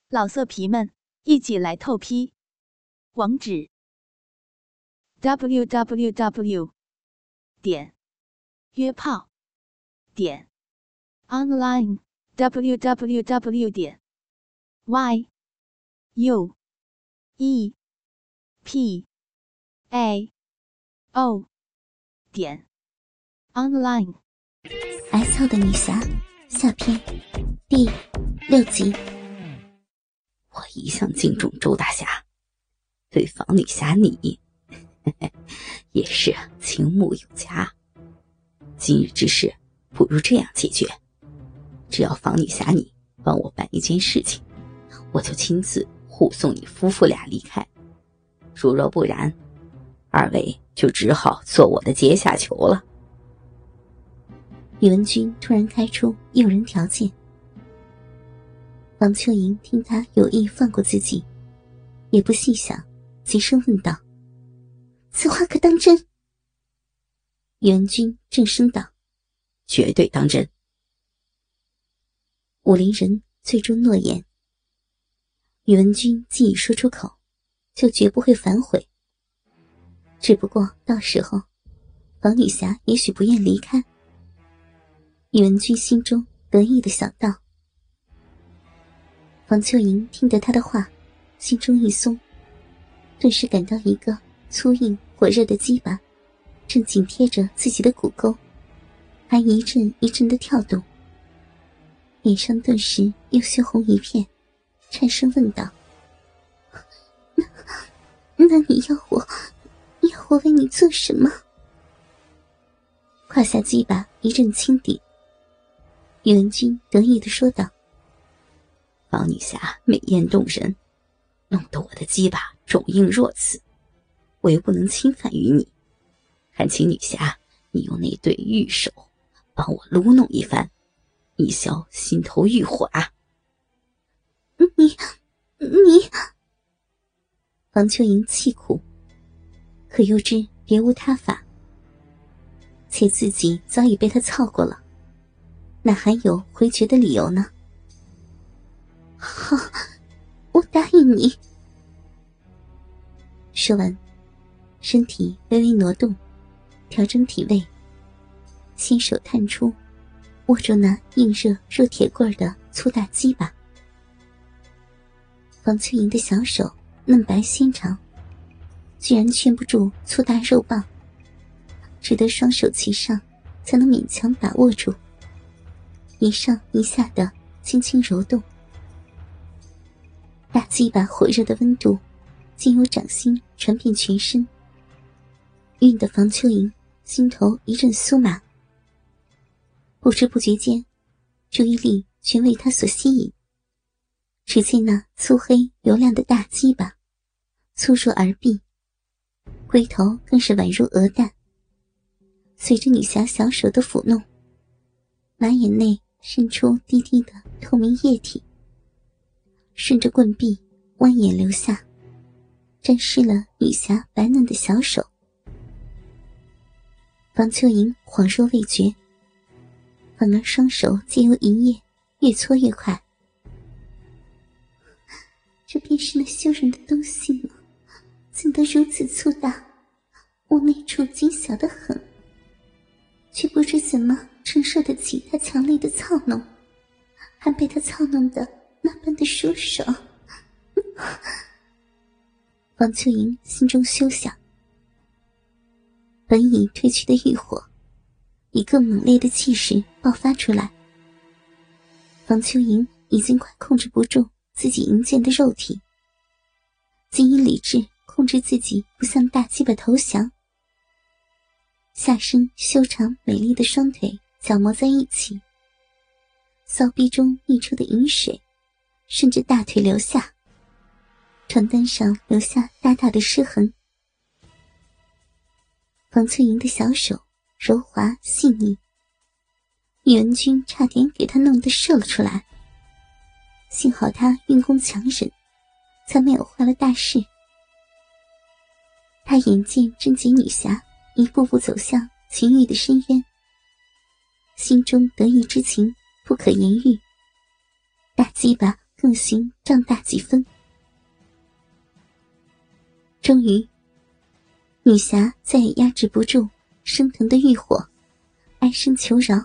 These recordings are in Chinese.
老色皮们，一起来透批！网址 www.约炮online www.yuepao.online。 S 号的女侠下篇第6集。 我一向敬重周大侠，对房女侠你也是倾慕有加。今日之事不如这样解决，只要房女侠你帮我办一件事情，我就亲自护送你夫妇俩离开。如若不然，二位就只好做我的阶下囚了。 宇文君突然开出诱人条件，王秋莹听他有意放过自己，也不细想，急声问道：“此话可当真？”宇文君正声道：“ 绝对当真。” 武林人最终诺言。宇文君既已说出口，就绝不会反悔。只不过到时候，房女侠也许不愿离开。宇文君心中得意地想到。房秋莹听得他的话，心中一松，顿时感到一个粗硬火热的鸡巴正紧贴着自己的骨沟，还一阵一阵的跳动，脸上顿时又羞红一片，颤声问道：“那你要我为你做什么？”胯下鸡巴一阵轻抵，宇文君得意地说道：“ 房女侠美艳动人，弄得我的鸡巴肿硬若此，我又不能侵犯于你，还请女侠你用那对玉手帮我撸弄一番，以消心头欲火啊！” 你房秋莹气苦，可又知别无他法，且自己早已被他操过了，哪还有回绝的理由呢？好，我答应你。说完，身体微微挪动，调整体位，纤手探出，握住那硬热若铁棍的粗大鸡巴。房秋莹的小手嫩白纤长，居然圈不住粗大肉棒，只得双手齐上，才能勉强把握住，一上一下的轻轻揉动。大鸡巴火热的温度经由掌心传遍全身，晕得房秋莹心头一阵酥麻，不知不觉间注意力全为他所吸引。只见那粗黑油亮的大鸡巴粗硕而闭，龟头更是宛如鹅蛋，随着女侠小手的抚弄，马眼内渗出滴滴的透明液体，顺着棍壁蜿蜒流下，沾湿了女侠白嫩的小手。房秋莹恍若未觉，反而双手借由一液越搓越快。这便是那羞人的东西吗？怎得如此粗大，我内处紧小得很，却不知怎么承受得起他强烈的操弄，还被他操弄得那般的舒爽。房秋莹心中休想，本已退去的欲火以更猛烈的气势爆发出来。房秋莹已经快控制不住自己淫贱的肉体，仅以理智控制自己不向大鸡巴投降，下身修长美丽的双腿搅磨在一起，骚逼中溢出的淫水顺着大腿流下，床单上留下大大的湿痕。房翠莹的小手柔滑细腻，宇文君差点给她弄得射了出来，幸好他运功强忍，才没有坏了大事。他眼见贞洁女侠一步步走向情欲的深渊，心中得意之情不可言喻，大鸡巴更形胀大几分。终于，女侠再也压制不住升腾的欲火，哀声求饶：“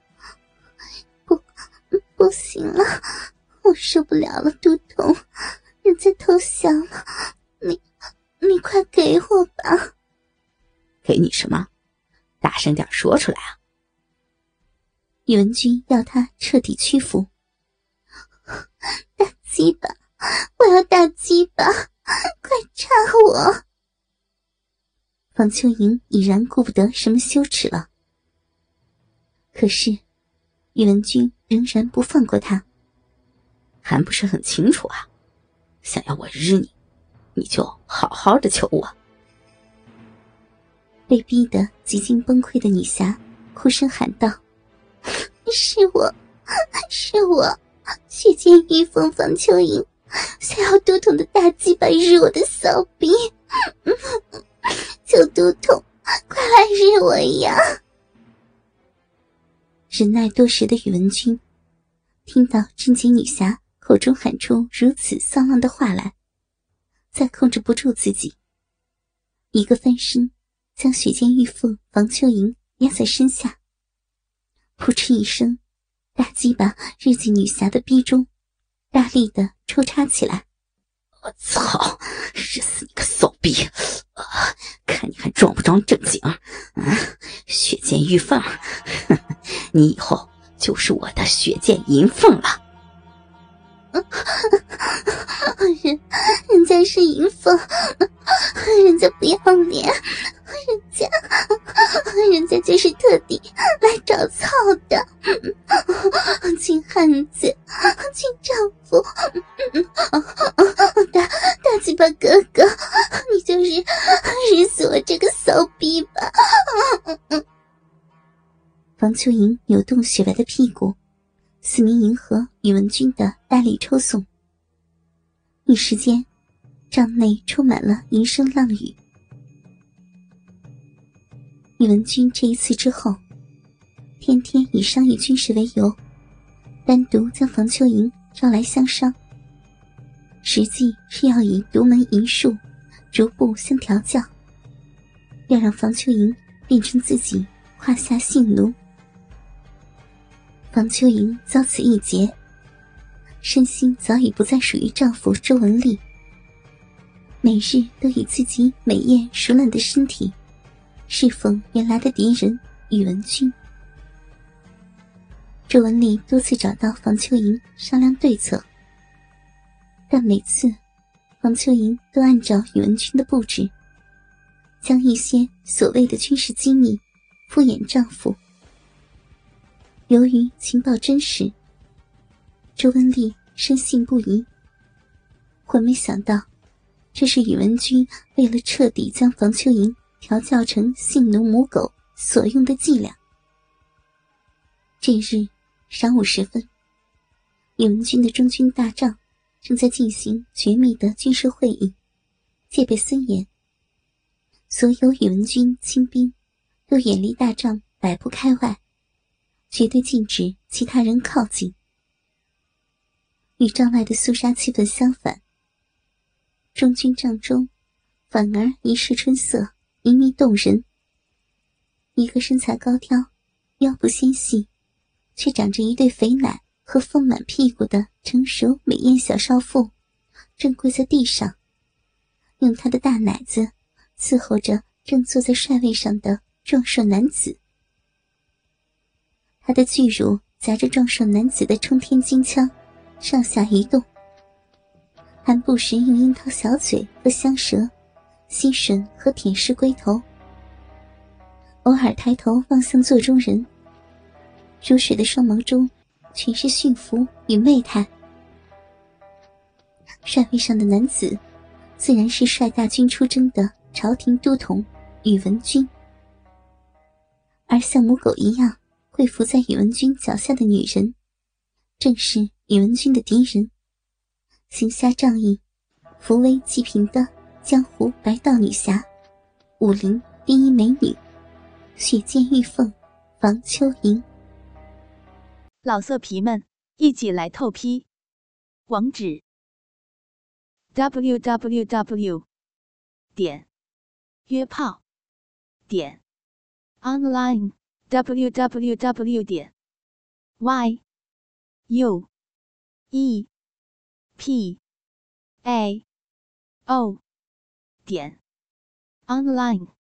不行了，我受不了了，都统，人在投降了，你快给我吧。”“ 给你什么？大声点说出来啊！” 宇文君要他彻底屈服。“大鸡巴，我要大鸡巴，快插我！”房秋莹已然顾不得什么羞耻了，可是宇文君仍然不放过他。 “还不是很清楚啊，想要我日你，你就好好的求我。” 被逼得几近崩溃的女侠哭声喊道：“是我，血溅玉凤房秋莹，想要都统的大鸡巴日我的骚逼，求都统快来日我呀！”忍耐多时的宇文君听到贞洁女侠口中喊出如此丧浪的话来，再控制不住自己，一个翻身将血溅玉凤房秋莹压在身下，扑哧一声，大鸡巴日进女侠的逼中，大力的抽插起来。 “我操，日死你个骚逼！看你还装不装正经？血溅玉凤，你以后就是我的血溅银凤了。”“ 人家是银凤，人家不要脸，人家就是特地来找操的，亲汉子，亲丈夫，大鸡巴哥哥，你就是日死我这个骚逼吧！”房秋莹扭动雪白的屁股，四面迎合宇文君的大力抽送，一时间帐内充满了银声浪语。宇文君这一次之后，天天以商议军事为由，单独将房秋莹招来相商，实际是要以独门淫术逐步相调教，要让房秋莹变成自己胯下性奴。房秋莹遭此一劫，身心早已不再属于丈夫周文丽，每日都以自己美艳熟练的身体侍奉原来的敌人宇文君。周文丽多次找到房秋莹商量对策，但每次房秋莹都按照宇文君的布置，将一些所谓的军事机密敷衍丈夫。由于情报真实，周文丽深信不疑，浑没想到这是宇文君为了彻底将房秋莹调教成性奴母狗所用的伎俩。这日晌午时分，宇文军的中军大帐正在进行绝密的军事会议，戒备森严，所有宇文军亲兵都远离大帐100步开外，绝对禁止其他人靠近。与帐外的肃杀气氛相反，中军帐中反而一世春色，旖旎动人。一个身材高挑、腰部纤细，却长着一对肥奶和丰满屁股的成熟美艳小少妇，正跪在地上，用她的大奶子伺候着正坐在帅位上的壮硕男子。他的巨乳夹着壮硕男子的冲天金枪，上下移动，还不时用樱桃小嘴和香舌吸吮和舔舐龟头，偶尔抬头望向座中人，如水的双眸中全是驯服与媚态。帅位上的男子自然是率大军出征的朝廷都统宇文君，而像母狗一样跪伏在宇文君脚下的女人，正是宇文君的敌人，行侠仗义、扶危济贫的江湖白道女侠，武林第一美女，血溅玉凤房秋莹。 老色皮们，一起来透批！ 网址 www 点约炮点 online www 点 yuepao 点 online